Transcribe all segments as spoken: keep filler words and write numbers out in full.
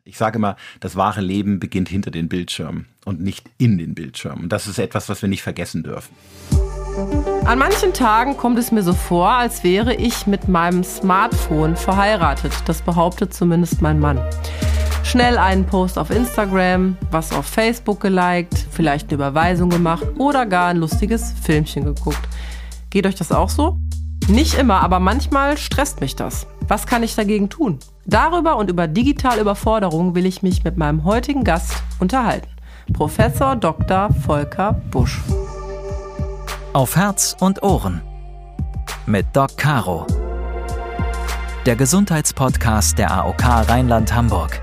Ich sage immer, das wahre Leben beginnt hinter den Bildschirmen und nicht in den Bildschirmen. Und das ist etwas, was wir nicht vergessen dürfen. An manchen Tagen kommt es mir so vor, als wäre ich mit meinem Smartphone verheiratet. Das behauptet zumindest mein Mann. Schnell einen Post auf Instagram, was auf Facebook geliked, vielleicht eine Überweisung gemacht oder gar ein lustiges Filmchen geguckt. Geht euch das auch so? Nicht immer, aber manchmal stresst mich das. Was kann ich dagegen tun? Darüber und über digitale Überforderung will ich mich mit meinem heutigen Gast unterhalten. Professor Doktor Volker Busch. Auf Herz und Ohren mit Doc Caro. Der Gesundheitspodcast der A O K Rheinland-Hamburg.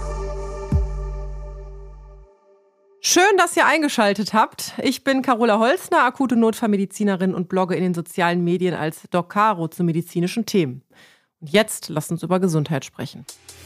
Schön, dass ihr eingeschaltet habt. Ich bin Carola Holzner, akute Notfallmedizinerin und blogge in den sozialen Medien als Doc Caro zu medizinischen Themen. Und jetzt lasst uns über Gesundheit sprechen.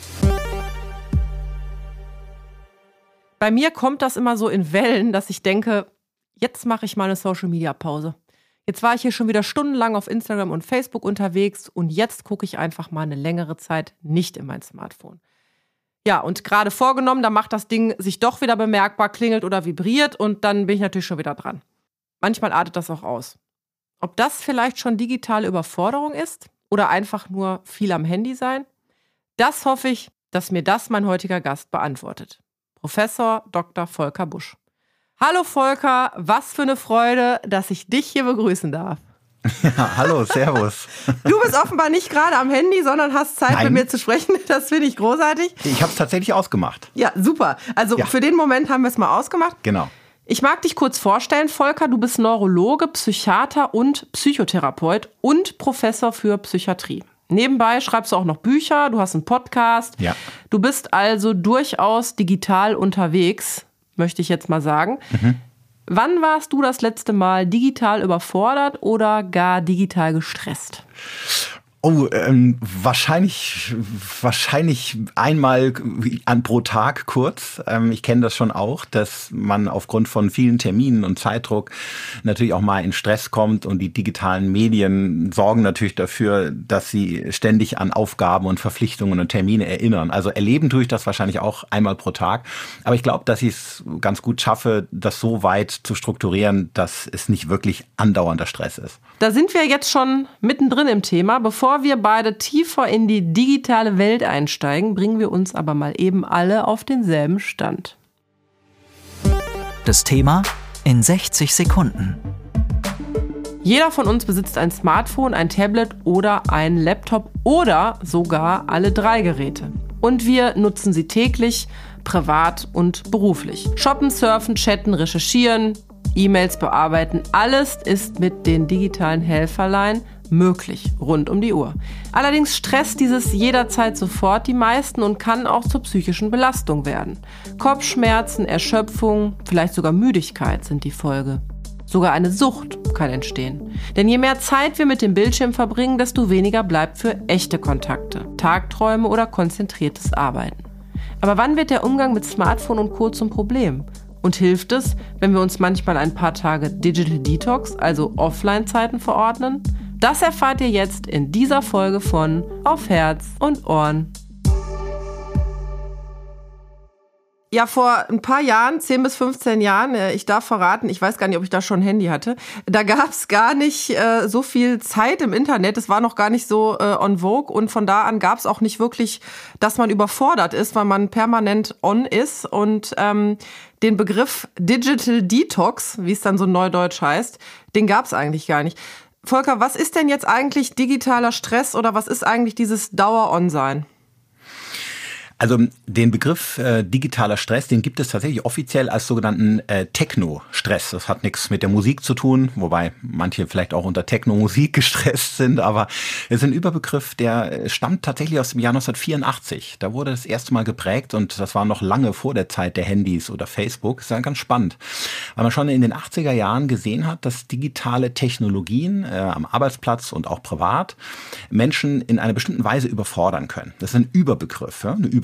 Bei mir kommt das immer so in Wellen, dass ich denke, jetzt mache ich mal eine Social-Media-Pause. Jetzt war ich hier schon wieder stundenlang auf Instagram und Facebook unterwegs und jetzt gucke ich einfach mal eine längere Zeit nicht in mein Smartphone. Ja, und gerade vorgenommen, da macht das Ding sich doch wieder bemerkbar, klingelt oder vibriert und dann bin ich natürlich schon wieder dran. Manchmal artet das auch aus. Ob das vielleicht schon digitale Überforderung ist oder einfach nur viel am Handy sein? Das hoffe ich, dass mir das mein heutiger Gast beantwortet. Professor Doktor Volker Busch. Hallo Volker, was für eine Freude, dass ich dich hier begrüßen darf. Ja, hallo, servus. Du bist offenbar nicht gerade am Handy, sondern hast Zeit, Nein. mit mir zu sprechen. Das finde ich großartig. Ich habe es tatsächlich ausgemacht. Ja, super. Also Ja. für den Moment haben wir es mal ausgemacht. Genau. Ich mag dich kurz vorstellen, Volker. Du bist Neurologe, Psychiater und Psychotherapeut und Professor für Psychiatrie. Nebenbei schreibst du auch noch Bücher, du hast einen Podcast. Ja. Du bist also durchaus digital unterwegs, möchte ich jetzt mal sagen. Mhm. Wann warst du das letzte Mal digital überfordert oder gar digital gestresst? Oh, ähm, wahrscheinlich, wahrscheinlich einmal an pro Tag kurz. Ähm, ich kenne das schon auch, dass man aufgrund von vielen Terminen und Zeitdruck natürlich auch mal in Stress kommt und die digitalen Medien sorgen natürlich dafür, dass sie ständig an Aufgaben und Verpflichtungen und Termine erinnern. Also erleben tue ich das wahrscheinlich auch einmal pro Tag. Aber ich glaube, dass ich es ganz gut schaffe, das so weit zu strukturieren, dass es nicht wirklich andauernder Stress ist. Da sind wir jetzt schon mittendrin im Thema. Bevor wir beide tiefer in die digitale Welt einsteigen, bringen wir uns aber mal eben alle auf denselben Stand. Das Thema in sechzig Sekunden. Jeder von uns besitzt ein Smartphone, ein Tablet oder ein Laptop oder sogar alle drei Geräte. Und wir nutzen sie täglich, privat und beruflich. Shoppen, surfen, chatten, recherchieren, E-Mails bearbeiten, alles ist mit den digitalen Helferlein möglich, rund um die Uhr. Allerdings stresst dieses jederzeit sofort die meisten und kann auch zur psychischen Belastung werden. Kopfschmerzen, Erschöpfung, vielleicht sogar Müdigkeit sind die Folge. Sogar eine Sucht kann entstehen. Denn je mehr Zeit wir mit dem Bildschirm verbringen, desto weniger bleibt für echte Kontakte, Tagträume oder konzentriertes Arbeiten. Aber wann wird der Umgang mit Smartphone und Co. zum Problem? Und hilft es, wenn wir uns manchmal ein paar Tage Digital Detox, also Offline-Zeiten verordnen? Das erfahrt ihr jetzt in dieser Folge von Auf Herz und Ohren. Ja, vor ein paar Jahren, zehn bis fünfzehn Jahren, ich darf verraten, ich weiß gar nicht, ob ich da schon ein Handy hatte, da gab es gar nicht äh, so viel Zeit im Internet, es war noch gar nicht so äh, on vogue und von da an gab es auch nicht wirklich, dass man überfordert ist, weil man permanent on ist und ähm, den Begriff Digital Detox, wie es dann so neudeutsch heißt, den gab es eigentlich gar nicht. Volker, was ist denn jetzt eigentlich digitaler Stress oder was ist eigentlich dieses Dauer-On-Sein? Also den Begriff äh, digitaler Stress, den gibt es tatsächlich offiziell als sogenannten äh, Techno-Stress. Das hat nichts mit der Musik zu tun, wobei manche vielleicht auch unter Techno-Musik gestresst sind, aber es ist ein Überbegriff, der stammt tatsächlich aus dem Jahr neunzehnhundertvierundachtzig. Da wurde das erste Mal geprägt und das war noch lange vor der Zeit der Handys oder Facebook. Das ist ja ganz spannend, weil man schon in den achtziger Jahren gesehen hat, dass digitale Technologien äh, am Arbeitsplatz und auch privat Menschen in einer bestimmten Weise überfordern können. Das ist ein Überbegriff, ja? Eine Überschrift.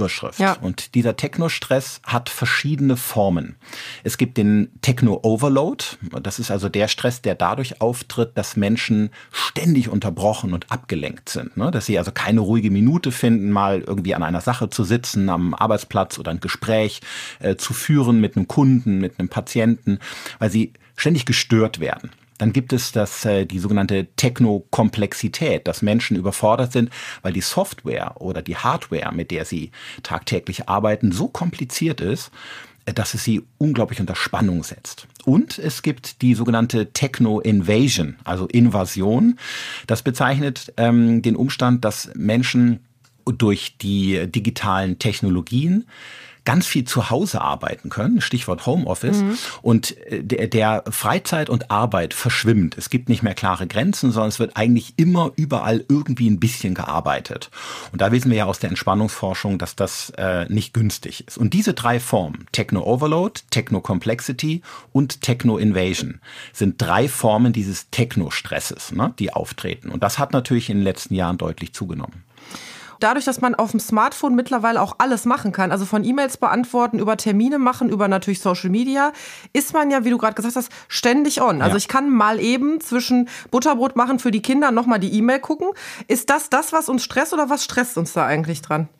Überschrift. Ja. Und dieser Technostress hat verschiedene Formen. Es gibt den Techno-Overload. Das ist also der Stress, der dadurch auftritt, dass Menschen ständig unterbrochen und abgelenkt sind. Ne? Dass sie also keine ruhige Minute finden, mal irgendwie an einer Sache zu sitzen, am Arbeitsplatz oder ein Gespräch äh, zu führen mit einem Kunden, mit einem Patienten, weil sie ständig gestört werden. Dann gibt es das, äh, die sogenannte Technokomplexität, dass Menschen überfordert sind, weil die Software oder die Hardware, mit der sie tagtäglich arbeiten, so kompliziert ist, dass es sie unglaublich unter Spannung setzt. Und es gibt die sogenannte Techno-Invasion, also Invasion. Das bezeichnet ähm, den Umstand, dass Menschen durch die digitalen Technologien ganz viel zu Hause arbeiten können, Stichwort Homeoffice, mhm. und der, der Freizeit und Arbeit verschwimmt. Es gibt nicht mehr klare Grenzen, sondern es wird eigentlich immer überall irgendwie ein bisschen gearbeitet. Und da wissen wir ja aus der Entspannungsforschung, dass das äh, nicht günstig ist. Und diese drei Formen, Techno-Overload, Techno-Complexity und Techno-Invasion, sind drei Formen dieses Techno-Stresses, ne, die auftreten. Und das hat natürlich in den letzten Jahren deutlich zugenommen. Dadurch, dass man auf dem Smartphone mittlerweile auch alles machen kann, also von E-Mails beantworten, über Termine machen, über natürlich Social Media, ist man ja, wie du gerade gesagt hast, ständig on. Also ja. ich kann mal eben zwischen Butterbrot machen für die Kinder nochmal die E-Mail gucken. Ist das das, was uns stresst oder was stresst uns da eigentlich dran?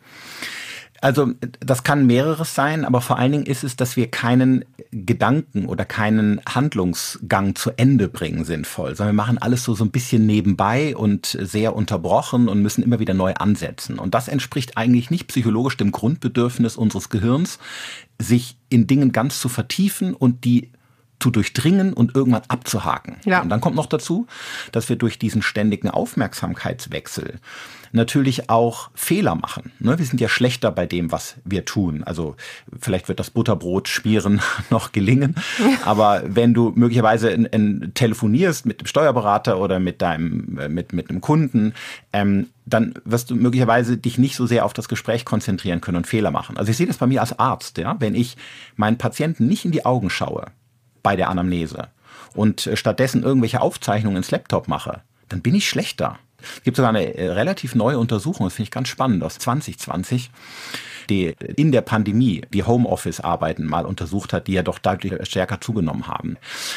Also das kann mehreres sein, aber vor allen Dingen ist es, dass wir keinen Gedanken oder keinen Handlungsgang zu Ende bringen sinnvoll, sondern wir machen alles so so ein bisschen nebenbei und sehr unterbrochen und müssen immer wieder neu ansetzen. Und das entspricht eigentlich nicht psychologisch dem Grundbedürfnis unseres Gehirns, sich in Dingen ganz zu vertiefen und die zu durchdringen und irgendwann abzuhaken. Ja. Und dann kommt noch dazu, dass wir durch diesen ständigen Aufmerksamkeitswechsel natürlich auch Fehler machen. Wir sind ja schlechter bei dem, was wir tun. Also vielleicht wird das Butterbrot schmieren noch gelingen, aber wenn du möglicherweise in, in telefonierst mit dem Steuerberater oder mit deinem mit mit einem Kunden, ähm, dann wirst du möglicherweise dich nicht so sehr auf das Gespräch konzentrieren können und Fehler machen. Also ich sehe das bei mir als Arzt, ja, wenn ich meinen Patienten nicht in die Augen schaue bei der Anamnese und stattdessen irgendwelche Aufzeichnungen ins Laptop mache, dann bin ich schlechter. Es gibt sogar eine relativ neue Untersuchung, das finde ich ganz spannend, aus zwanzig zwanzig, die in der Pandemie die Homeoffice-Arbeiten mal untersucht hat, die ja doch deutlich stärker zugenommen haben.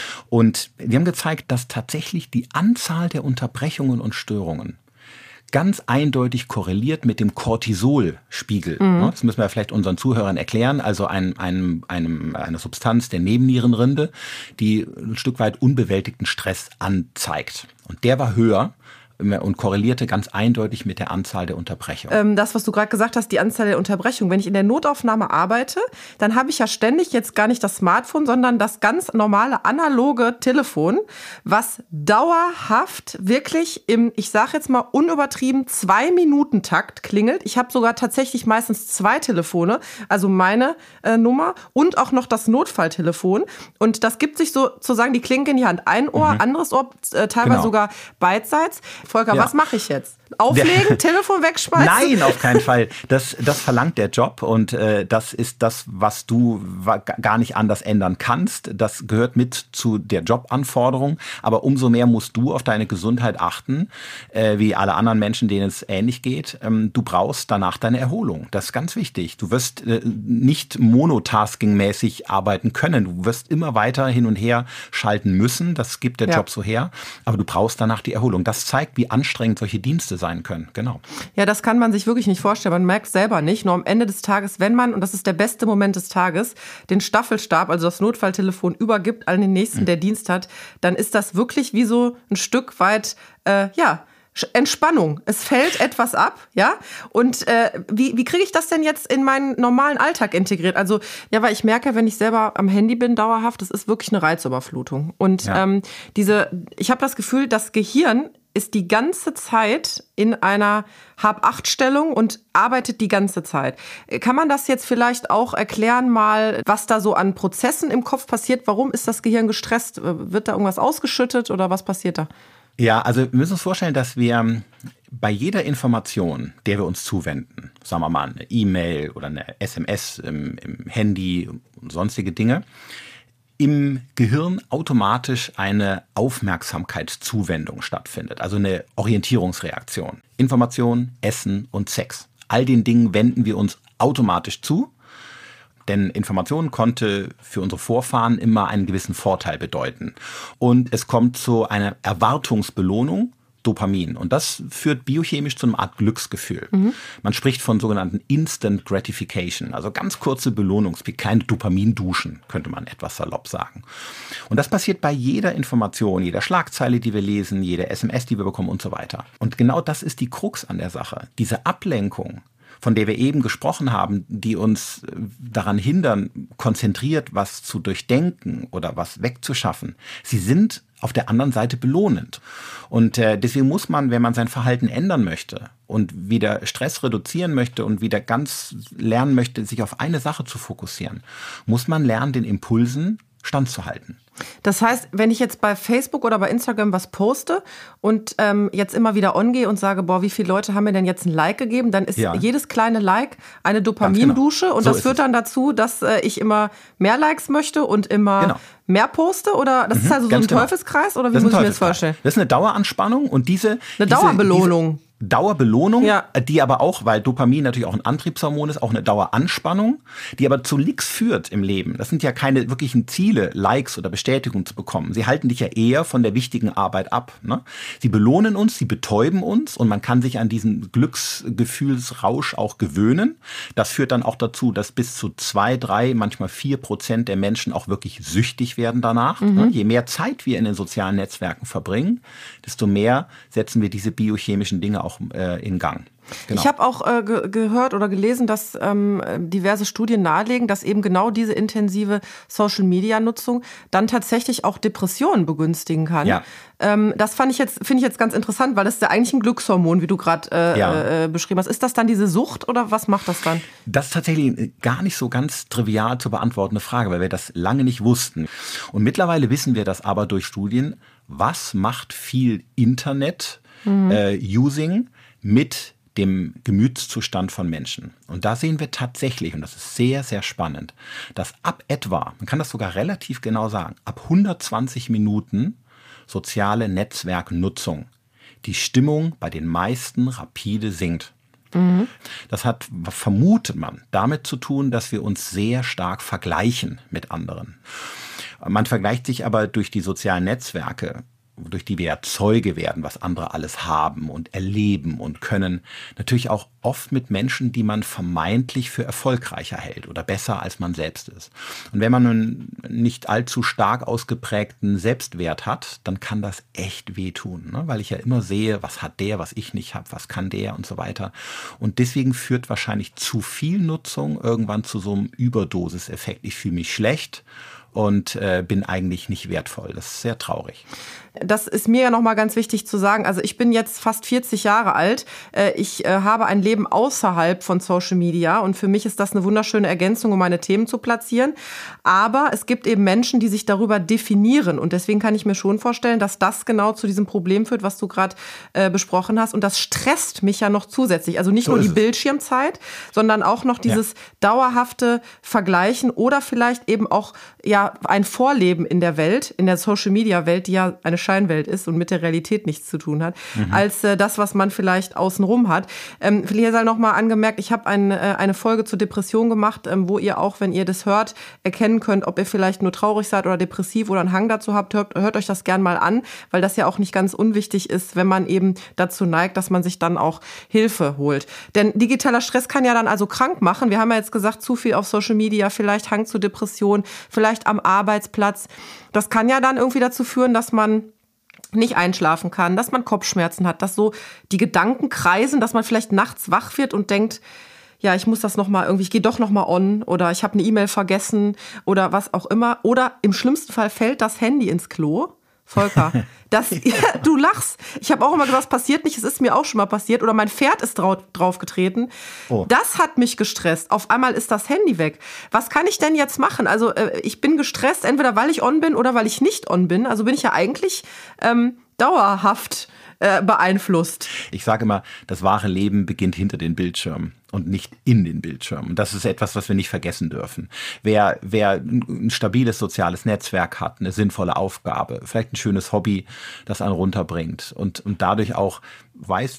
Und die haben gezeigt, dass tatsächlich die Anzahl der Unterbrechungen und Störungen ganz eindeutig korreliert mit dem Cortisolspiegel. Mhm. Das müssen wir vielleicht unseren Zuhörern erklären. Also ein, ein, einem, eine Substanz der Nebennierenrinde, die ein Stück weit unbewältigten Stress anzeigt. Und der war höher und korrelierte ganz eindeutig mit der Anzahl der Unterbrechungen. Ähm, das, was du gerade gesagt hast, die Anzahl der Unterbrechungen. Wenn ich in der Notaufnahme arbeite, dann habe ich ja ständig jetzt gar nicht das Smartphone, sondern das ganz normale analoge Telefon, was dauerhaft wirklich im, ich sage jetzt mal unübertrieben, Zwei-Minuten-Takt klingelt. Ich habe sogar tatsächlich meistens zwei Telefone, also meine äh, Nummer und auch noch das Notfalltelefon. Und das gibt sich sozusagen die Klinke in die Hand. Ein Ohr, mhm. anderes Ohr, äh, teilweise genau. sogar beidseits. Volker, ja. was mache ich jetzt? Auflegen, Telefon wegschmeißen? Nein, auf keinen Fall. Das, das verlangt der Job und äh, das ist das, was du gar nicht anders ändern kannst. Das gehört mit zu der Jobanforderung. Aber umso mehr musst du auf deine Gesundheit achten, äh, wie alle anderen Menschen, denen es ähnlich geht. Ähm, du brauchst danach deine Erholung. Das ist ganz wichtig. Du wirst äh, nicht monotasking-mäßig arbeiten können. Du wirst immer weiter hin und her schalten müssen. Das gibt der ja. Job so her. Aber du brauchst danach die Erholung. Das zeigt, wie anstrengend solche Dienste sein können. Genau. Ja, das kann man sich wirklich nicht vorstellen. Man merkt es selber nicht. Nur am Ende des Tages, wenn man, und das ist der beste Moment des Tages, den Staffelstab, also das Notfalltelefon, übergibt an den Nächsten, mhm. der Dienst hat, dann ist das wirklich wie so ein Stück weit, äh, ja, Entspannung. Es fällt etwas ab, ja. Und äh, wie, wie kriege ich das denn jetzt in meinen normalen Alltag integriert? Also, ja, weil ich merke, wenn ich selber am Handy bin, dauerhaft, das ist wirklich eine Reizüberflutung. Und ja. ähm, diese, ich habe das Gefühl, das Gehirn ist die ganze Zeit in einer Hab-Acht-Stellung und arbeitet die ganze Zeit. Kann man das jetzt vielleicht auch erklären mal, was da so an Prozessen im Kopf passiert? Warum ist das Gehirn gestresst? Wird da irgendwas ausgeschüttet oder was passiert da? Ja, also wir müssen uns vorstellen, dass wir bei jeder Information, der wir uns zuwenden, sagen wir mal eine E-Mail oder eine S M S im, im Handy und sonstige Dinge, im Gehirn automatisch eine Aufmerksamkeitszuwendung stattfindet, also eine Orientierungsreaktion. Information, Essen und Sex. All den Dingen wenden wir uns automatisch zu. Denn Information konnte für unsere Vorfahren immer einen gewissen Vorteil bedeuten. Und es kommt zu einer Erwartungsbelohnung, Dopamin. Und das führt biochemisch zu einer Art Glücksgefühl. Mhm. Man spricht von sogenannten Instant Gratification, also ganz kurze Belohnungspick, kleine Dopaminduschen, könnte man etwas salopp sagen. Und das passiert bei jeder Information, jeder Schlagzeile, die wir lesen, jeder S M S, die wir bekommen und so weiter. Und genau das ist die Krux an der Sache. Diese Ablenkung, von der wir eben gesprochen haben, die uns daran hindern, konzentriert was zu durchdenken oder was wegzuschaffen, sie sind auf der anderen Seite belohnend. Und äh, deswegen muss man, wenn man sein Verhalten ändern möchte und wieder Stress reduzieren möchte und wieder ganz lernen möchte, sich auf eine Sache zu fokussieren, muss man lernen, den Impulsen standzuhalten. Das heißt, wenn ich jetzt bei Facebook oder bei Instagram was poste und ähm, jetzt immer wieder ongehe und sage, boah, wie viele Leute haben mir denn jetzt ein Like gegeben, dann ist ja. jedes kleine Like eine Dopamindusche genau. und so das führt dann dazu, dass äh, ich immer mehr Likes möchte und immer genau. mehr poste? Oder das mhm, ist also so ein genau. Teufelskreis? Oder wie muss ich mir das vorstellen? Das ist eine Daueranspannung und diese... Eine diese, Dauerbelohnung. Diese Dauerbelohnung, ja. die aber auch, weil Dopamin natürlich auch ein Antriebshormon ist, auch eine Daueranspannung, die aber zu nichts führt im Leben. Das sind ja keine wirklichen Ziele, Likes oder Bestätigung zu bekommen. Sie halten dich ja eher von der wichtigen Arbeit ab. Ne? Sie belohnen uns, sie betäuben uns und man kann sich an diesen Glücksgefühlsrausch auch gewöhnen. Das führt dann auch dazu, dass bis zu zwei, drei, manchmal vier Prozent der Menschen auch wirklich süchtig werden danach. Mhm. Ne? Je mehr Zeit wir in den sozialen Netzwerken verbringen, desto mehr setzen wir diese biochemischen Dinge auch in Gang. Genau. Ich habe auch äh, ge- gehört oder gelesen, dass ähm, diverse Studien nahelegen, dass eben genau diese intensive Social-Media-Nutzung dann tatsächlich auch Depressionen begünstigen kann. Ja. Ähm, das fand ich jetzt, finde ich jetzt ganz interessant, weil das ist ja eigentlich ein Glückshormon, wie du gerade äh, ja. äh, beschrieben hast. Ist das dann diese Sucht oder was macht das dann? Das ist tatsächlich gar nicht so ganz trivial zu beantwortende Frage, weil wir das lange nicht wussten. Und mittlerweile wissen wir das aber durch Studien, was macht viel Internet mhm. äh, Using mit dem Gemütszustand von Menschen. Und da sehen wir tatsächlich, und das ist sehr, sehr spannend, dass ab etwa, man kann das sogar relativ genau sagen, ab hundertzwanzig Minuten soziale Netzwerknutzung die Stimmung bei den meisten rapide sinkt. Mhm. Das hat, vermutet man, damit zu tun, dass wir uns sehr stark vergleichen mit anderen. Man vergleicht sich aber durch die sozialen Netzwerke, durch die wir ja Zeuge werden, was andere alles haben und erleben und können, natürlich auch oft mit Menschen, die man vermeintlich für erfolgreicher hält oder besser als man selbst ist. Und wenn man einen nicht allzu stark ausgeprägten Selbstwert hat, dann kann das echt wehtun, ne? Weil ich ja immer sehe, was hat der, was ich nicht habe, was kann der und so weiter. Und deswegen führt wahrscheinlich zu viel Nutzung irgendwann zu so einem Überdosiseffekt. Ich fühle mich schlecht und äh, bin eigentlich nicht wertvoll. Das ist sehr traurig. Das ist mir ja nochmal ganz wichtig zu sagen. Also ich bin jetzt fast vierzig Jahre alt. Ich habe ein Leben außerhalb von Social Media und für mich ist das eine wunderschöne Ergänzung, um meine Themen zu platzieren. Aber es gibt eben Menschen, die sich darüber definieren und deswegen kann ich mir schon vorstellen, dass das genau zu diesem Problem führt, was du gerade äh, besprochen hast. Und das stresst mich ja noch zusätzlich. Also nicht so nur die Bildschirmzeit, sondern auch noch dieses ja. dauerhafte Vergleichen oder vielleicht eben auch ja ein Vorleben in der Welt, in der Social Media Welt, die ja eine Scheinwelt ist und mit der Realität nichts zu tun hat, mhm. als äh, das, was man vielleicht außenrum hat. Ähm, vielleicht sei noch mal angemerkt, ich habe ein, äh, eine Folge zur Depression gemacht, ähm, wo ihr auch, wenn ihr das hört, erkennen könnt, ob ihr vielleicht nur traurig seid oder depressiv oder einen Hang dazu habt. Hört, hört euch das gern mal an, weil das ja auch nicht ganz unwichtig ist, wenn man eben dazu neigt, dass man sich dann auch Hilfe holt. Denn digitaler Stress kann ja dann also krank machen. Wir haben ja jetzt gesagt, zu viel auf Social Media, vielleicht Hang zu Depression, vielleicht am Arbeitsplatz. Das kann ja dann irgendwie dazu führen, dass man nicht einschlafen kann, dass man Kopfschmerzen hat, dass so die Gedanken kreisen, dass man vielleicht nachts wach wird und denkt, ja, ich muss das noch mal irgendwie, ich gehe doch noch mal on oder ich habe eine E-Mail vergessen oder was auch immer. Oder im schlimmsten Fall fällt das Handy ins Klo. Volker, das, ja, du lachst. Ich habe auch immer gesagt, es passiert nicht, es ist mir auch schon mal passiert. Oder mein Pferd ist drauf, drauf getreten. Oh. Das hat mich gestresst. Auf einmal ist das Handy weg. Was kann ich denn jetzt machen? Also äh, ich bin gestresst, entweder weil ich on bin oder weil ich nicht on bin. Also bin ich ja eigentlich ähm, dauerhaft äh, beeinflusst. Ich sage immer, das wahre Leben beginnt hinter den Bildschirmen und nicht in den Bildschirmen. Und das ist etwas, was wir nicht vergessen dürfen. Wer, wer ein stabiles soziales Netzwerk hat, eine sinnvolle Aufgabe, vielleicht ein schönes Hobby, das einen runterbringt und, und dadurch auch weiß,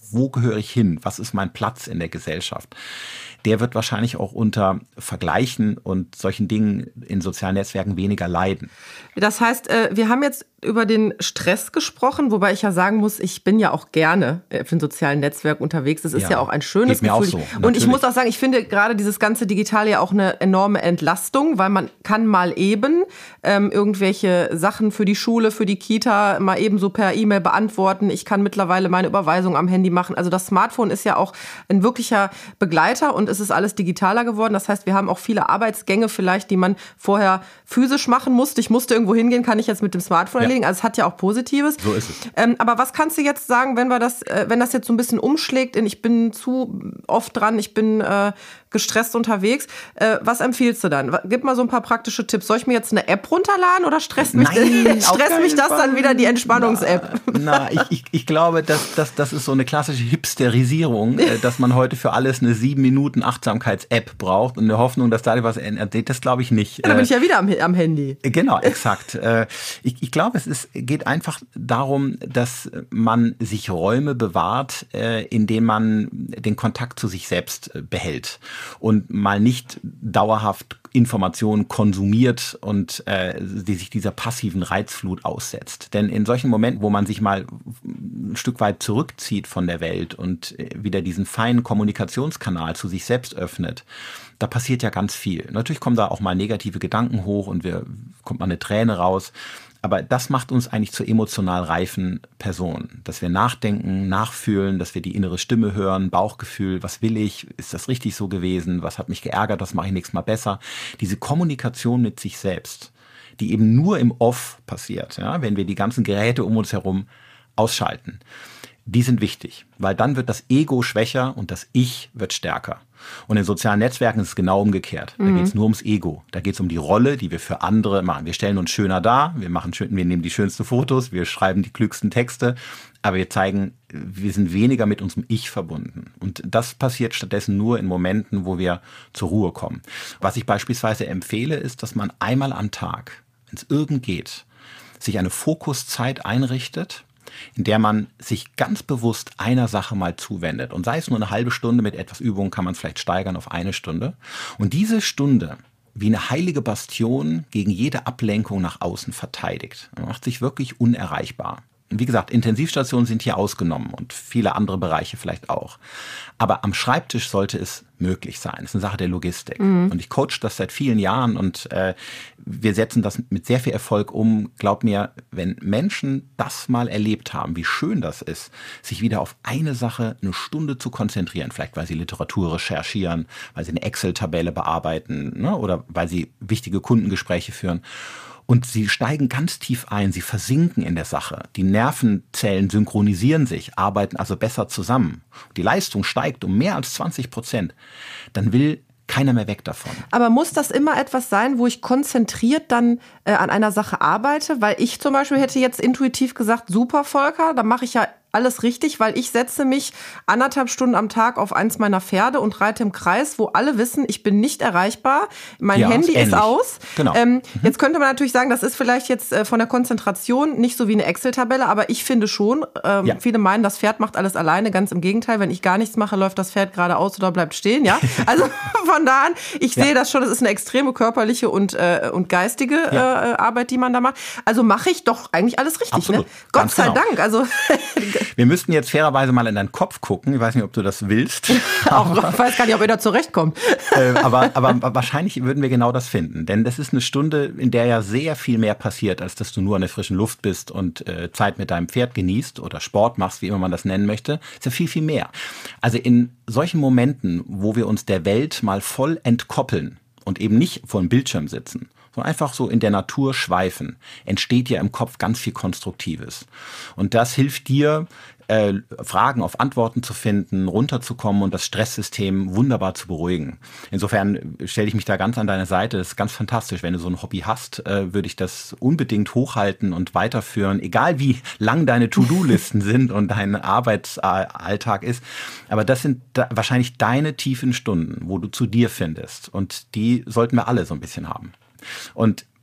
wo gehöre ich hin? Was ist mein Platz in der Gesellschaft? Der wird wahrscheinlich auch unter Vergleichen und solchen Dingen in sozialen Netzwerken weniger leiden. Das heißt, wir haben jetzt über den Stress gesprochen, wobei ich ja sagen muss, ich bin ja auch gerne auf den sozialen Netzwerken unterwegs. Das ist ja, ja auch ein schönes geht mir Gefühl. Auch so, und ich muss auch sagen, ich finde gerade dieses ganze Digitale ja auch eine enorme Entlastung, weil man kann mal eben ähm, irgendwelche Sachen für die Schule, für die Kita mal eben so per E-Mail beantworten. Ich kann mittlerweile meine Überweisung am Handy machen. Also das Smartphone ist ja auch ein wirklicher Begleiter und es ist alles digitaler geworden. Das heißt, wir haben auch viele Arbeitsgänge vielleicht, die man vorher physisch machen musste. Ich musste irgendwo hingehen, kann ich jetzt mit dem Smartphone ja. erledigen. Also es hat ja auch Positives. So ist es. Ähm, aber was kannst du jetzt sagen, wenn wir das, äh, wenn das jetzt so ein bisschen umschlägt in ich bin zu oft dran, ich bin äh, gestresst unterwegs. Äh, was empfiehlst du dann? Gib mal so ein paar praktische Tipps. Soll ich mir jetzt eine App runterladen oder stresst mich, Nein, stresst mich das Fall. Dann wieder die Entspannungs-App? Na, na ich, ich, ich glaube, dass, dass, das ist so eine klassische Hipsterisierung, äh, dass man heute für alles eine sieben Minuten Achtsamkeits-App braucht und eine Hoffnung, dass da was ändert. Das glaube ich nicht. Ja, dann bin ich ja wieder am, am Handy. Genau, exakt. äh, ich, ich glaube, es ist, geht einfach darum, dass man sich Räume bewahrt, äh, in denen man den Kontakt zu sich selbst äh, behält und mal nicht dauerhaft Informationen konsumiert und äh, die sich dieser passiven Reizflut aussetzt. Denn in solchen Momenten, wo man sich mal ein Stück weit zurückzieht von der Welt und wieder diesen feinen Kommunikationskanal zu sich selbst öffnet, da passiert ja ganz viel. Natürlich kommen da auch mal negative Gedanken hoch und wir, kommt mal eine Träne raus. Aber das macht uns eigentlich zur emotional reifen Person, dass wir nachdenken, nachfühlen, dass wir die innere Stimme hören, Bauchgefühl, was will ich, ist das richtig so gewesen, was hat mich geärgert, was mache ich nächstes Mal besser. Diese Kommunikation mit sich selbst, die eben nur im Off passiert, ja, wenn wir die ganzen Geräte um uns herum ausschalten, die sind wichtig, weil dann wird das Ego schwächer und das Ich wird stärker. Und in sozialen Netzwerken ist es genau umgekehrt. Da mhm. geht es nur ums Ego. Da geht es um die Rolle, die wir für andere machen. Wir stellen uns schöner dar, wir machen schön, wir nehmen die schönsten Fotos, wir schreiben die klügsten Texte, aber wir zeigen, wir sind weniger mit unserem Ich verbunden. Und das passiert stattdessen nur in Momenten, wo wir zur Ruhe kommen. Was ich beispielsweise empfehle, ist, dass man einmal am Tag, wenn es irgend geht, sich eine Fokuszeit einrichtet, in der man sich ganz bewusst einer Sache mal zuwendet. Und sei es nur eine halbe Stunde, mit etwas Übung kann man es vielleicht steigern auf eine Stunde. Und diese Stunde wie eine heilige Bastion gegen jede Ablenkung nach außen verteidigt. Man macht sich wirklich unerreichbar. Wie gesagt, Intensivstationen sind hier ausgenommen und viele andere Bereiche vielleicht auch. Aber am Schreibtisch sollte es möglich sein. Das ist eine Sache der Logistik. Mhm. Und ich coach das seit vielen Jahren und äh, wir setzen das mit sehr viel Erfolg um. Glaub mir, wenn Menschen das mal erlebt haben, wie schön das ist, sich wieder auf eine Sache eine Stunde zu konzentrieren, vielleicht weil sie Literatur recherchieren, weil sie eine Excel-Tabelle bearbeiten, ne, oder weil sie wichtige Kundengespräche führen. Und sie steigen ganz tief ein, sie versinken in der Sache. Die Nervenzellen synchronisieren sich, arbeiten also besser zusammen. Die Leistung steigt um mehr als zwanzig Prozent. Dann will keiner mehr weg davon. Aber muss das immer etwas sein, wo ich konzentriert dann äh, an einer Sache arbeite? Weil ich zum Beispiel hätte jetzt intuitiv gesagt, super Volker, da mache ich ja alles richtig, weil ich setze mich anderthalb Stunden am Tag auf eins meiner Pferde und reite im Kreis, wo alle wissen, ich bin nicht erreichbar, mein ja, Handy ist, ist aus. Genau. Ähm, mhm. Jetzt könnte man natürlich sagen, das ist vielleicht jetzt äh, von der Konzentration nicht so wie eine Excel-Tabelle, aber ich finde schon, ähm, ja. viele meinen, das Pferd macht alles alleine, ganz im Gegenteil, wenn ich gar nichts mache, läuft das Pferd geradeaus oder bleibt stehen, ja. Also von da an, ich ja. sehe das schon, das ist eine extreme körperliche und, äh, und geistige ja. äh, Arbeit, die man da macht. Also mache ich doch eigentlich alles richtig, Absolut. Ne? Gott Ganz sei genau. Dank, also wir müssten jetzt fairerweise mal in deinen Kopf gucken. Ich weiß nicht, ob du das willst. Auch, ich weiß gar nicht, ob ihr da zurechtkommt. äh, aber, aber wahrscheinlich würden wir genau das finden. Denn das ist eine Stunde, in der ja sehr viel mehr passiert, als dass du nur an der frischen Luft bist und äh, Zeit mit deinem Pferd genießt oder Sport machst, wie immer man das nennen möchte. Ist ja viel, viel mehr. Also in solchen Momenten, wo wir uns der Welt mal voll entkoppeln und eben nicht vor dem Bildschirm sitzen, sondern einfach so in der Natur schweifen, entsteht ja im Kopf ganz viel Konstruktives. Und das hilft dir, äh, Fragen auf Antworten zu finden, runterzukommen und das Stresssystem wunderbar zu beruhigen. Insofern stelle ich mich da ganz an deine Seite. Das ist ganz fantastisch. Wenn du so ein Hobby hast, äh, würde ich das unbedingt hochhalten und weiterführen, egal wie lang deine To-Do-Listen sind und dein Arbeitsalltag ist. Aber das sind da wahrscheinlich deine tiefen Stunden, wo du zu dir findest. Und die sollten wir alle so ein bisschen haben. Und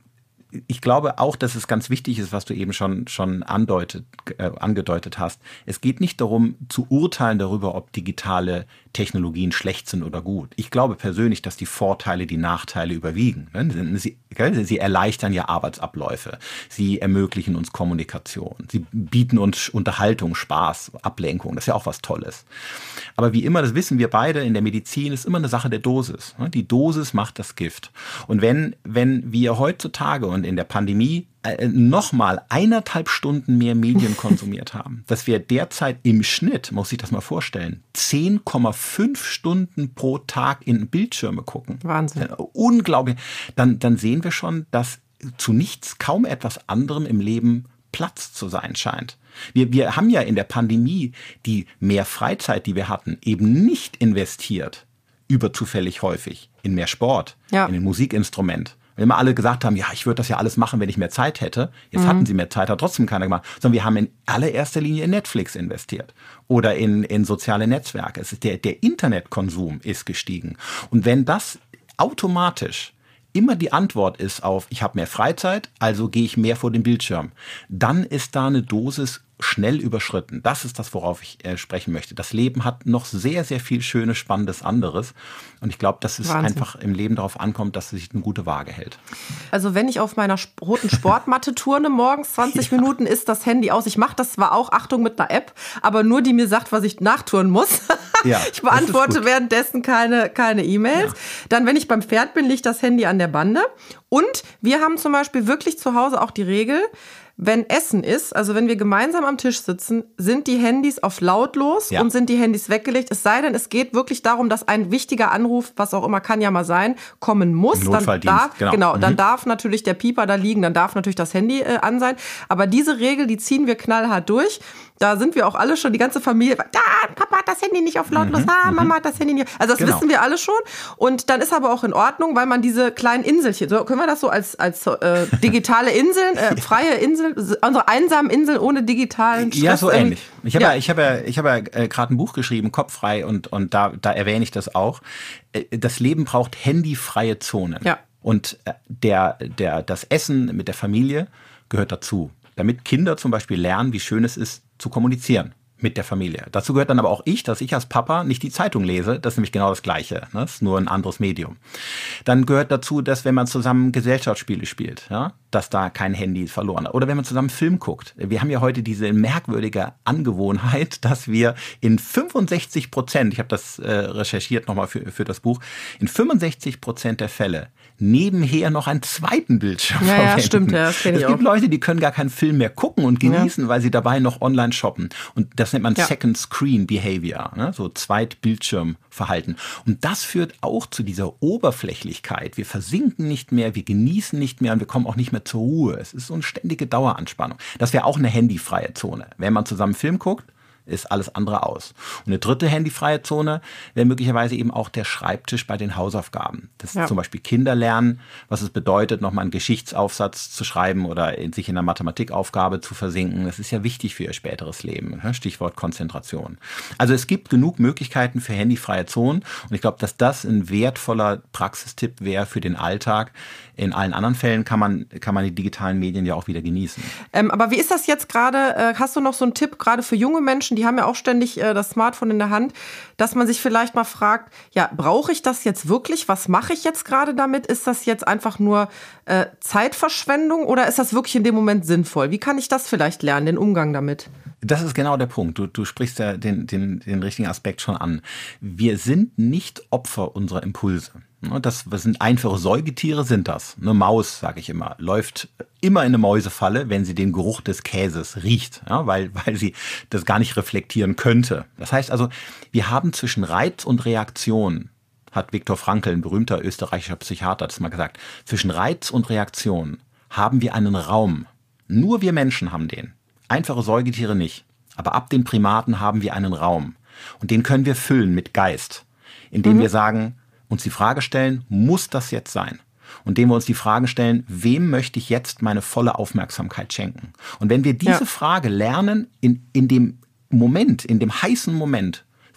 ich glaube auch, dass es ganz wichtig ist, was du eben schon, schon andeutet, äh, angedeutet hast. Es geht nicht darum, zu urteilen darüber, ob digitale Technologien schlecht sind oder gut. Ich glaube persönlich, dass die Vorteile die Nachteile überwiegen. Sie, sie erleichtern ja Arbeitsabläufe. Sie ermöglichen uns Kommunikation. Sie bieten uns Unterhaltung, Spaß, Ablenkung. Das ist ja auch was Tolles. Aber wie immer, das wissen wir beide, in der Medizin ist immer eine Sache der Dosis. Die Dosis macht das Gift. Und wenn, wenn wir heutzutage und in der Pandemie äh, nochmal eineinhalb Stunden mehr Medien konsumiert haben, dass wir derzeit im Schnitt, muss ich das mal vorstellen, zehn Komma fünf Stunden pro Tag in Bildschirme gucken. Wahnsinn. Äh, unglaublich. Dann, dann sehen wir schon, dass zu nichts, kaum etwas anderem im Leben Platz zu sein scheint. Wir, wir haben ja in der Pandemie die mehr Freizeit, die wir hatten, eben nicht investiert, überzufällig häufig, in mehr Sport, ja. in ein Musikinstrument. Wenn immer alle gesagt haben, ja, ich würde das ja alles machen, wenn ich mehr Zeit hätte. Jetzt mhm. hatten sie mehr Zeit, hat trotzdem keiner gemacht. Sondern wir haben in allererster Linie in Netflix investiert oder in, in soziale Netzwerke. Es ist der, der Internetkonsum ist gestiegen. Und wenn das automatisch immer die Antwort ist auf, ich habe mehr Freizeit, also gehe ich mehr vor den Bildschirm, dann ist da eine Dosis schnell überschritten. Das ist das, worauf ich äh, sprechen möchte. Das Leben hat noch sehr, sehr viel Schönes, Spannendes anderes. Und ich glaube, dass es Wahnsinn. einfach im Leben darauf ankommt, dass es sich eine gute Waage hält. Also wenn ich auf meiner roten Sportmatte turne morgens zwanzig ja. Minuten, ist das Handy aus. Ich mache das zwar auch, Achtung, mit einer App, aber nur die mir sagt, was ich nachturnen muss. Ja, ich beantworte währenddessen keine, keine E-Mails. Ja. Dann, wenn ich beim Pferd bin, liegt das Handy an der Bande. Und wir haben zum Beispiel wirklich zu Hause auch die Regel, wenn Essen ist, also wenn wir gemeinsam am Tisch sitzen, sind die Handys auf lautlos ja. und sind die Handys weggelegt. Es sei denn, es geht wirklich darum, dass ein wichtiger Anruf, was auch immer, kann ja mal sein, kommen muss. Dann darf, genau, genau mhm. dann darf natürlich der Pieper da liegen, dann darf natürlich das Handy äh, an sein. Aber diese Regel, die ziehen wir knallhart durch. Da sind wir auch alle schon, die ganze Familie, da, Papa hat das Handy nicht auf lautlos, mhm, ah, Mama hat das Handy nicht. Also das genau. wissen wir alle schon. Und dann ist aber auch in Ordnung, weil man diese kleinen Inselchen, so können wir das so als, als äh, digitale Inseln, äh, freie Inseln, unsere einsamen Inseln ohne digitalen Stress. Ja, so ähnlich. Ich habe ja, ja, ich habe ja, ich habe ja äh, gerade ein Buch geschrieben, Kopffrei, und, und da, da erwähne ich das auch. Äh, das Leben braucht handyfreie Zonen. Ja. Und äh, der, der, das Essen mit der Familie gehört dazu. Damit Kinder zum Beispiel lernen, wie schön es ist, zu kommunizieren mit der Familie. Dazu gehört dann aber auch ich, dass ich als Papa nicht die Zeitung lese. Das ist nämlich genau das Gleiche. Ne? Das ist nur ein anderes Medium. Dann gehört dazu, dass wenn man zusammen Gesellschaftsspiele spielt, ja, dass da kein Handy verloren hat. Oder wenn man zusammen Film guckt. Wir haben ja heute diese merkwürdige Angewohnheit, dass wir in fünfundsechzig Prozent, ich habe das äh, recherchiert nochmal für, für das Buch, in fünfundsechzig Prozent der Fälle nebenher noch einen zweiten Bildschirm ja, verwenden. Ja, stimmt, ja, das kenne ich auch. Es gibt Leute, die können gar keinen Film mehr gucken und genießen, ja. weil sie dabei noch online shoppen. Und das nennt man ja. Second Screen Behavior, ne? So Zweitbildschirmverhalten. Und das führt auch zu dieser Oberflächlichkeit. Wir versinken nicht mehr, wir genießen nicht mehr und wir kommen auch nicht mehr zur Ruhe. Es ist so eine ständige Daueranspannung. Das wäre auch eine handyfreie Zone. Wenn man zusammen Film guckt, ist alles andere aus. Und eine dritte handyfreie Zone wäre möglicherweise eben auch der Schreibtisch bei den Hausaufgaben. Das ja. zum Beispiel Kinder lernen, was es bedeutet, nochmal einen Geschichtsaufsatz zu schreiben oder in, sich in einer Mathematikaufgabe zu versinken. Das ist ja wichtig für ihr späteres Leben. Stichwort Konzentration. Also es gibt genug Möglichkeiten für handyfreie Zonen. Und ich glaube, dass das ein wertvoller Praxistipp wäre für den Alltag. In allen anderen Fällen kann man, kann man die digitalen Medien ja auch wieder genießen. Ähm, aber wie ist das jetzt gerade? Hast du noch so einen Tipp gerade für junge Menschen, die haben ja auch ständig äh, das Smartphone in der Hand, dass man sich vielleicht mal fragt, ja, brauche ich das jetzt wirklich? Was mache ich jetzt gerade damit? Ist das jetzt einfach nur äh, Zeitverschwendung oder ist das wirklich in dem Moment sinnvoll? Wie kann ich das vielleicht lernen, den Umgang damit? Das ist genau der Punkt. Du, du sprichst ja den, den, den richtigen Aspekt schon an. Wir sind nicht Opfer unserer Impulse. Das sind einfache Säugetiere, sind das. Eine Maus, sage ich immer, läuft immer in eine Mäusefalle, wenn sie den Geruch des Käses riecht, ja, weil, weil sie das gar nicht reflektieren könnte. Das heißt also, wir haben zwischen Reiz und Reaktion, hat Viktor Frankl, ein berühmter österreichischer Psychiater, das mal gesagt, zwischen Reiz und Reaktion haben wir einen Raum. Nur wir Menschen haben den. Einfache Säugetiere nicht. Aber ab den Primaten haben wir einen Raum. Und den können wir füllen mit Geist, indem mhm. wir sagen, uns die Frage stellen, muss das jetzt sein? Und indem wir uns die Frage stellen, wem möchte ich jetzt meine volle Aufmerksamkeit schenken? Und wenn wir diese ja. Frage lernen, in, in dem Moment, in dem heißen Moment,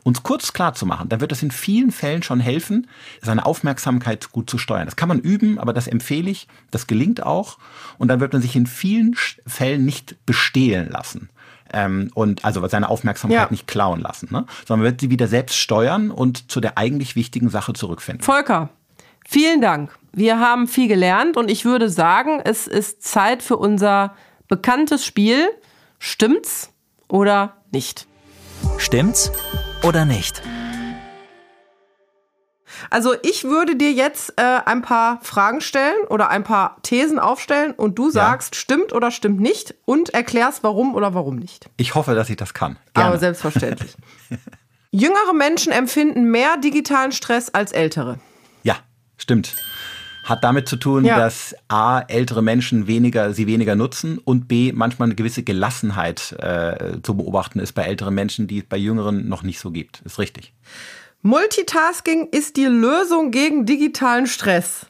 uns kurz klar zu machen, dann wird das in vielen Fällen schon helfen, seine Aufmerksamkeit gut zu steuern. Das kann man üben, aber das empfehle ich, das gelingt auch und dann wird man sich in vielen Fällen nicht bestehlen lassen. Ähm, und also seine Aufmerksamkeit ja. nicht klauen lassen, ne? Sondern man wird sie wieder selbst steuern und zu der eigentlich wichtigen Sache zurückfinden. Volker, vielen Dank. Wir haben viel gelernt und ich würde sagen, es ist Zeit für unser bekanntes Spiel. Stimmt's oder nicht? Stimmt's oder nicht? Also ich würde dir jetzt äh, ein paar Fragen stellen oder ein paar Thesen aufstellen und du sagst, ja. stimmt oder stimmt nicht und erklärst, warum oder warum nicht. Ich hoffe, dass ich das kann. Gerne. Aber selbstverständlich. Jüngere Menschen empfinden mehr digitalen Stress als ältere. Ja, stimmt. Hat damit zu tun, ja. dass A, ältere Menschen weniger, sie weniger nutzen und B, manchmal eine gewisse Gelassenheit äh, zu beobachten ist bei älteren Menschen, die es bei Jüngeren noch nicht so gibt. Ist richtig. Multitasking ist die Lösung gegen digitalen Stress.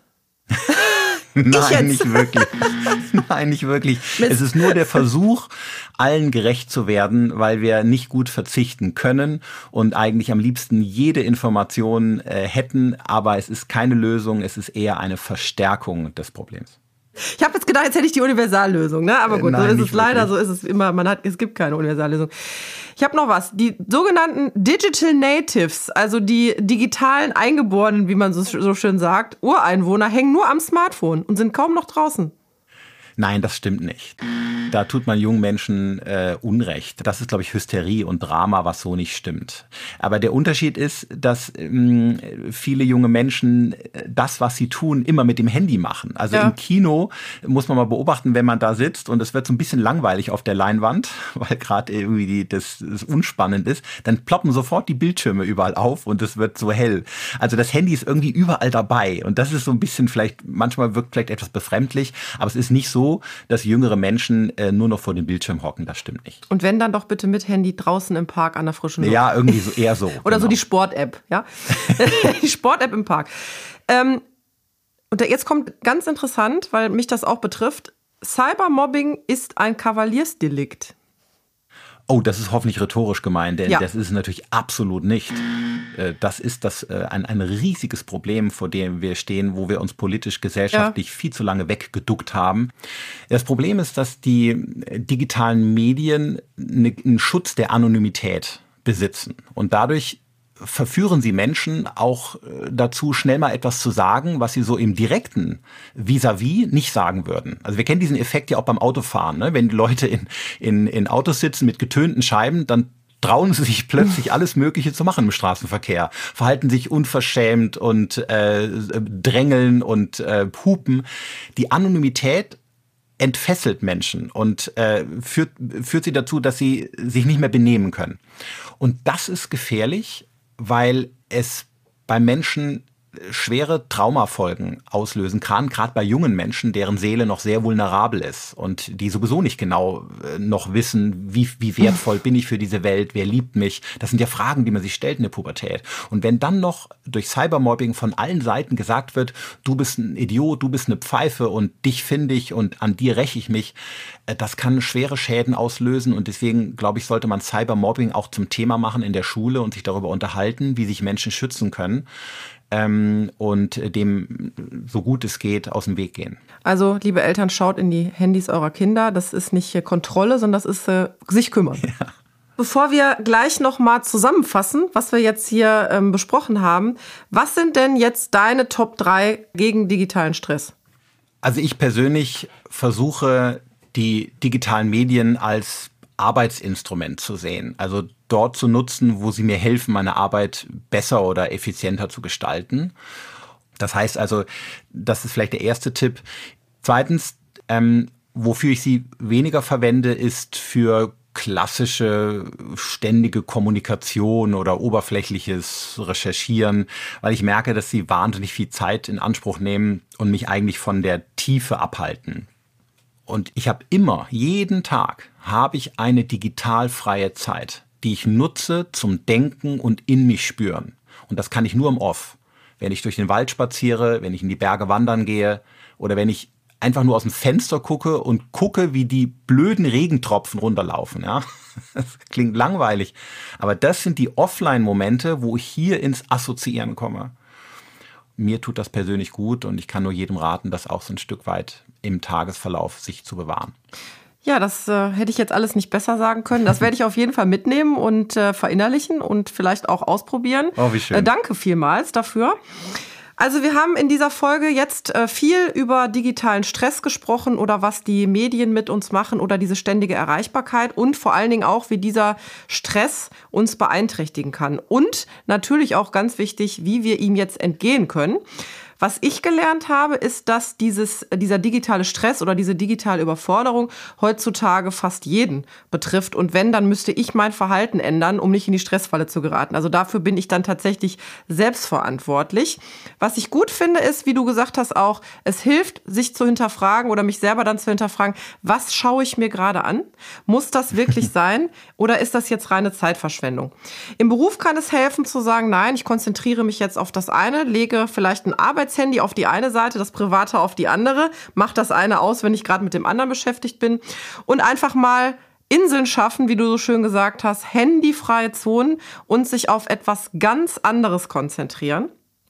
Nein, nicht wirklich. Nein, nicht wirklich. Mist. Es ist nur der Versuch, allen gerecht zu werden, weil wir nicht gut verzichten können und eigentlich am liebsten jede Information äh, hätten, aber es ist keine Lösung, es ist eher eine Verstärkung des Problems. Ich habe jetzt gedacht, jetzt hätte ich die Universallösung, ne? Aber gut, äh, nein, so ist es leider, wirklich. So ist es immer, man hat, es gibt keine Universallösung. Ich habe noch was, die sogenannten Digital Natives, also die digitalen Eingeborenen, wie man so, so schön sagt, Ureinwohner, hängen nur am Smartphone und sind kaum noch draußen. Nein, das stimmt nicht. Da tut man jungen Menschen äh, Unrecht. Das ist, glaube ich, Hysterie und Drama, was so nicht stimmt. Aber der Unterschied ist, dass ähm, viele junge Menschen das, was sie tun, immer mit dem Handy machen. Also ja. im Kino muss man mal beobachten, wenn man da sitzt und es wird so ein bisschen langweilig auf der Leinwand, weil gerade irgendwie die, das, das unspannend ist, dann ploppen sofort die Bildschirme überall auf und es wird so hell. Also das Handy ist irgendwie überall dabei und das ist so ein bisschen vielleicht, manchmal wirkt vielleicht etwas befremdlich, aber es ist nicht so, dass jüngere Menschen äh, nur noch vor dem Bildschirm hocken. Das stimmt nicht. Und wenn, dann doch bitte mit Handy draußen im Park an der frischen Luft. Ja, irgendwie so, eher so. Oder genau. So die Sport-App, ja? Die Sport-App im Park. Ähm, und jetzt kommt ganz interessant, weil mich das auch betrifft. Cybermobbing ist ein Kavaliersdelikt. Oh, das ist hoffentlich rhetorisch gemeint, denn ja. das ist natürlich absolut nicht. Das ist das ein, ein riesiges Problem, vor dem wir stehen, wo wir uns politisch, gesellschaftlich ja. viel zu lange weggeduckt haben. Das Problem ist, dass die digitalen Medien einen Schutz der Anonymität besitzen und dadurch verführen sie Menschen auch dazu, schnell mal etwas zu sagen, was sie so im direkten vis-à-vis nicht sagen würden. Also wir kennen diesen Effekt ja auch beim Autofahren, ne? Wenn die Leute in, in, in Autos sitzen mit getönten Scheiben, dann trauen sie sich plötzlich alles Mögliche zu machen im Straßenverkehr, verhalten sich unverschämt und äh, drängeln und äh, hupen. Die Anonymität entfesselt Menschen und äh, führt, führt sie dazu, dass sie sich nicht mehr benehmen können. Und das ist gefährlich, weil es bei Menschen schwere Traumafolgen auslösen kann, gerade bei jungen Menschen, deren Seele noch sehr vulnerabel ist und die sowieso nicht genau noch wissen, wie, wie wertvoll bin ich für diese Welt, wer liebt mich. Das sind ja Fragen, die man sich stellt in der Pubertät. Und wenn dann noch durch Cybermobbing von allen Seiten gesagt wird, du bist ein Idiot, du bist eine Pfeife und dich finde ich und an dir räche ich mich, das kann schwere Schäden auslösen und deswegen, glaube ich, sollte man Cybermobbing auch zum Thema machen in der Schule und sich darüber unterhalten, wie sich Menschen schützen können. Und dem, so gut es geht, aus dem Weg gehen. Also, liebe Eltern, schaut in die Handys eurer Kinder. Das ist nicht Kontrolle, sondern das ist äh, sich kümmern. Ja. Bevor wir gleich noch mal zusammenfassen, was wir jetzt hier ähm, besprochen haben, was sind denn jetzt deine Top drei gegen digitalen Stress? Also ich persönlich versuche, die digitalen Medien als Arbeitsinstrument zu sehen. Also dort zu nutzen, wo sie mir helfen, meine Arbeit besser oder effizienter zu gestalten. Das heißt also, das ist vielleicht der erste Tipp. Zweitens, ähm, wofür ich sie weniger verwende, ist für klassische ständige Kommunikation oder oberflächliches Recherchieren, weil ich merke, dass sie wahnsinnig viel Zeit in Anspruch nehmen und mich eigentlich von der Tiefe abhalten. Und ich habe immer, jeden Tag, habe ich eine digitalfreie Zeit, die ich nutze zum Denken und in mich spüren. Und das kann ich nur im Off. Wenn ich durch den Wald spaziere, wenn ich in die Berge wandern gehe oder wenn ich einfach nur aus dem Fenster gucke und gucke, wie die blöden Regentropfen runterlaufen. Ja? Das klingt langweilig. Aber das sind die Offline-Momente, wo ich hier ins Assoziieren komme. Mir tut das persönlich gut und ich kann nur jedem raten, das auch so ein Stück weit im Tagesverlauf sich zu bewahren. Ja, das äh, hätte ich jetzt alles nicht besser sagen können. Das werde ich auf jeden Fall mitnehmen und äh, verinnerlichen und vielleicht auch ausprobieren. Oh, wie schön. Äh, danke vielmals dafür. Also wir haben in dieser Folge jetzt äh, viel über digitalen Stress gesprochen oder was die Medien mit uns machen oder diese ständige Erreichbarkeit und vor allen Dingen auch, wie dieser Stress uns beeinträchtigen kann. Und natürlich auch ganz wichtig, wie wir ihm jetzt entgehen können. Was ich gelernt habe, ist, dass dieses, dieser digitale Stress oder diese digitale Überforderung heutzutage fast jeden betrifft. Und wenn, dann müsste ich mein Verhalten ändern, um nicht in die Stressfalle zu geraten. Also dafür bin ich dann tatsächlich selbstverantwortlich. Was ich gut finde, ist, wie du gesagt hast auch, es hilft, sich zu hinterfragen oder mich selber dann zu hinterfragen, was schaue ich mir gerade an? Muss das wirklich sein oder ist das jetzt reine Zeitverschwendung? Im Beruf kann es helfen zu sagen, nein, ich konzentriere mich jetzt auf das eine, lege vielleicht ein Arbeits Handy auf die eine Seite, das Private auf die andere, macht das eine aus, wenn ich gerade mit dem anderen beschäftigt bin und einfach mal Inseln schaffen, wie du so schön gesagt hast, handyfreie Zonen und sich auf etwas ganz anderes konzentrieren.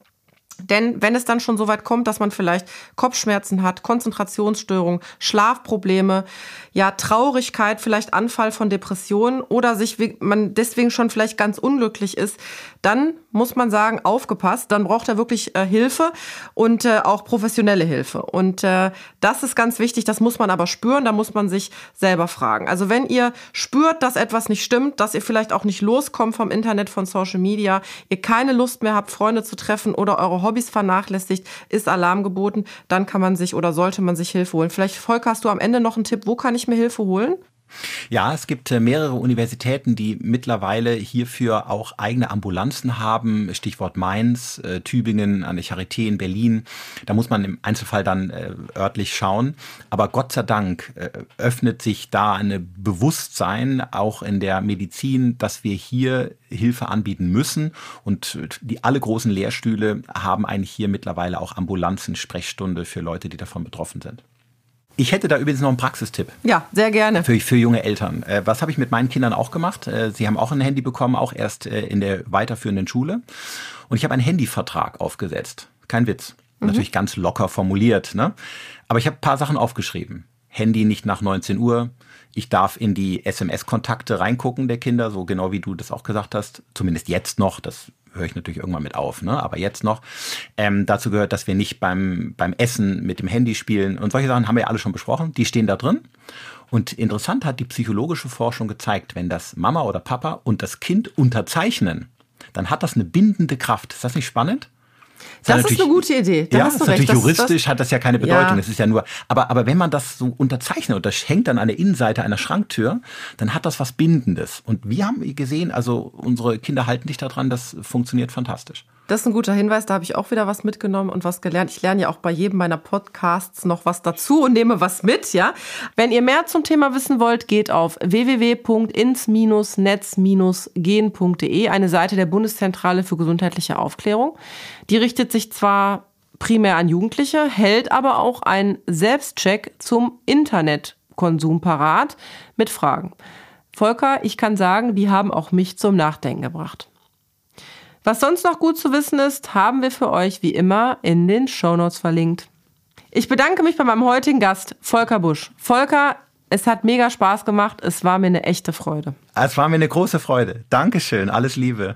Denn wenn es dann schon so weit kommt, dass man vielleicht Kopfschmerzen hat, Konzentrationsstörungen, Schlafprobleme, ja Traurigkeit, vielleicht Anfall von Depressionen oder sich man deswegen schon vielleicht ganz unglücklich ist, dann muss man sagen, aufgepasst, dann braucht er wirklich äh, Hilfe und äh, auch professionelle Hilfe. Und äh, das ist ganz wichtig, das muss man aber spüren, da muss man sich selber fragen. Also wenn ihr spürt, dass etwas nicht stimmt, dass ihr vielleicht auch nicht loskommt vom Internet, von Social Media, ihr keine Lust mehr habt, Freunde zu treffen oder eure Hobbys vernachlässigt, ist Alarm geboten, dann kann man sich oder sollte man sich Hilfe holen. Vielleicht, Volker, hast du am Ende noch einen Tipp, wo kann ich mir Hilfe holen? Ja, es gibt mehrere Universitäten, die mittlerweile hierfür auch eigene Ambulanzen haben. Stichwort Mainz, äh, Tübingen, an der Charité in Berlin. Da muss man im Einzelfall dann äh, örtlich schauen. Aber Gott sei Dank äh, öffnet sich da ein Bewusstsein auch in der Medizin, dass wir hier Hilfe anbieten müssen. Und die alle großen Lehrstühle haben eigentlich hier mittlerweile auch Ambulanzen, Sprechstunde für Leute, die davon betroffen sind. Ich hätte da übrigens noch einen Praxistipp. Ja, sehr gerne. Für, für junge Eltern. Äh, was habe ich mit meinen Kindern auch gemacht? Äh, sie haben auch ein Handy bekommen, auch erst äh, in der weiterführenden Schule. Und ich habe einen Handyvertrag aufgesetzt. Kein Witz. Mhm. Natürlich ganz locker formuliert, ne? Aber ich habe ein paar Sachen aufgeschrieben. Handy nicht nach neunzehn Uhr. Ich darf in die S M S-Kontakte reingucken der Kinder, so genau wie du das auch gesagt hast. Zumindest jetzt noch. Das höre ich natürlich irgendwann mit auf, ne? Aber jetzt noch. Ähm, dazu gehört, dass wir nicht beim, beim Essen mit dem Handy spielen. Und solche Sachen haben wir ja alle schon besprochen. Die stehen da drin. Und interessant hat die psychologische Forschung gezeigt, wenn das Mama oder Papa und das Kind unterzeichnen, dann hat das eine bindende Kraft. Ist das nicht spannend? Das, das ist eine gute Idee. Da ja, hast du ist recht. natürlich das, juristisch, das, hat das ja keine Bedeutung. Ja. Es ist ja nur, aber, aber wenn man das so unterzeichnet und das hängt dann an der Innenseite einer Schranktür, dann hat das was Bindendes. Und wir haben gesehen, also unsere Kinder halten dich daran, das funktioniert fantastisch. Das ist ein guter Hinweis, da habe ich auch wieder was mitgenommen und was gelernt. Ich lerne ja auch bei jedem meiner Podcasts noch was dazu und nehme was mit, ja. Wenn ihr mehr zum Thema wissen wollt, geht auf w w w punkt ins netz gehen punkt de, eine Seite der Bundeszentrale für gesundheitliche Aufklärung. Die richtet sich zwar primär an Jugendliche, hält aber auch einen Selbstcheck zum Internetkonsum parat mit Fragen. Volker, ich kann sagen, die haben auch mich zum Nachdenken gebracht. Was sonst noch gut zu wissen ist, haben wir für euch wie immer in den Shownotes verlinkt. Ich bedanke mich bei meinem heutigen Gast, Volker Busch. Volker, es hat mega Spaß gemacht. Es war mir eine echte Freude. Es war mir eine große Freude. Dankeschön. Alles Liebe.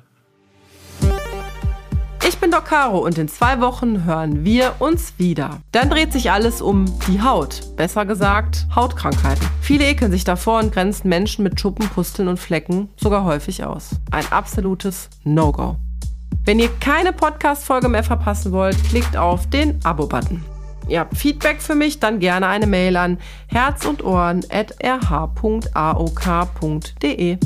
Ich bin Doc Caro und in zwei Wochen hören wir uns wieder. Dann dreht sich alles um die Haut. Besser gesagt, Hautkrankheiten. Viele ekeln sich davor und grenzen Menschen mit Schuppen, Pusteln und Flecken sogar häufig aus. Ein absolutes No-Go. Wenn ihr keine Podcast-Folge mehr verpassen wollt, klickt auf den Abo-Button. Ihr habt Feedback für mich, dann gerne eine Mail an herz und ohren at r h punkt a o k punkt de.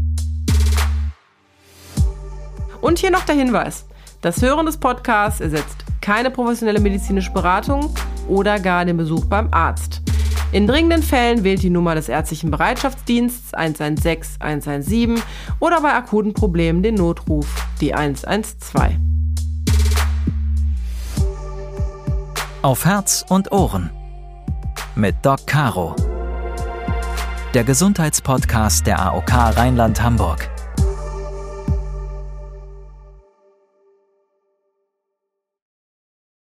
Und hier noch der Hinweis. Das Hören des Podcasts ersetzt keine professionelle medizinische Beratung oder gar den Besuch beim Arzt. In dringenden Fällen wählt die Nummer des ärztlichen Bereitschaftsdienstes eins eins sechs eins eins sieben oder bei akuten Problemen den Notruf die eins eins zwei. Auf Herz und Ohren. mit Doc Caro. Der Gesundheitspodcast der A O K Rheinland-Hamburg.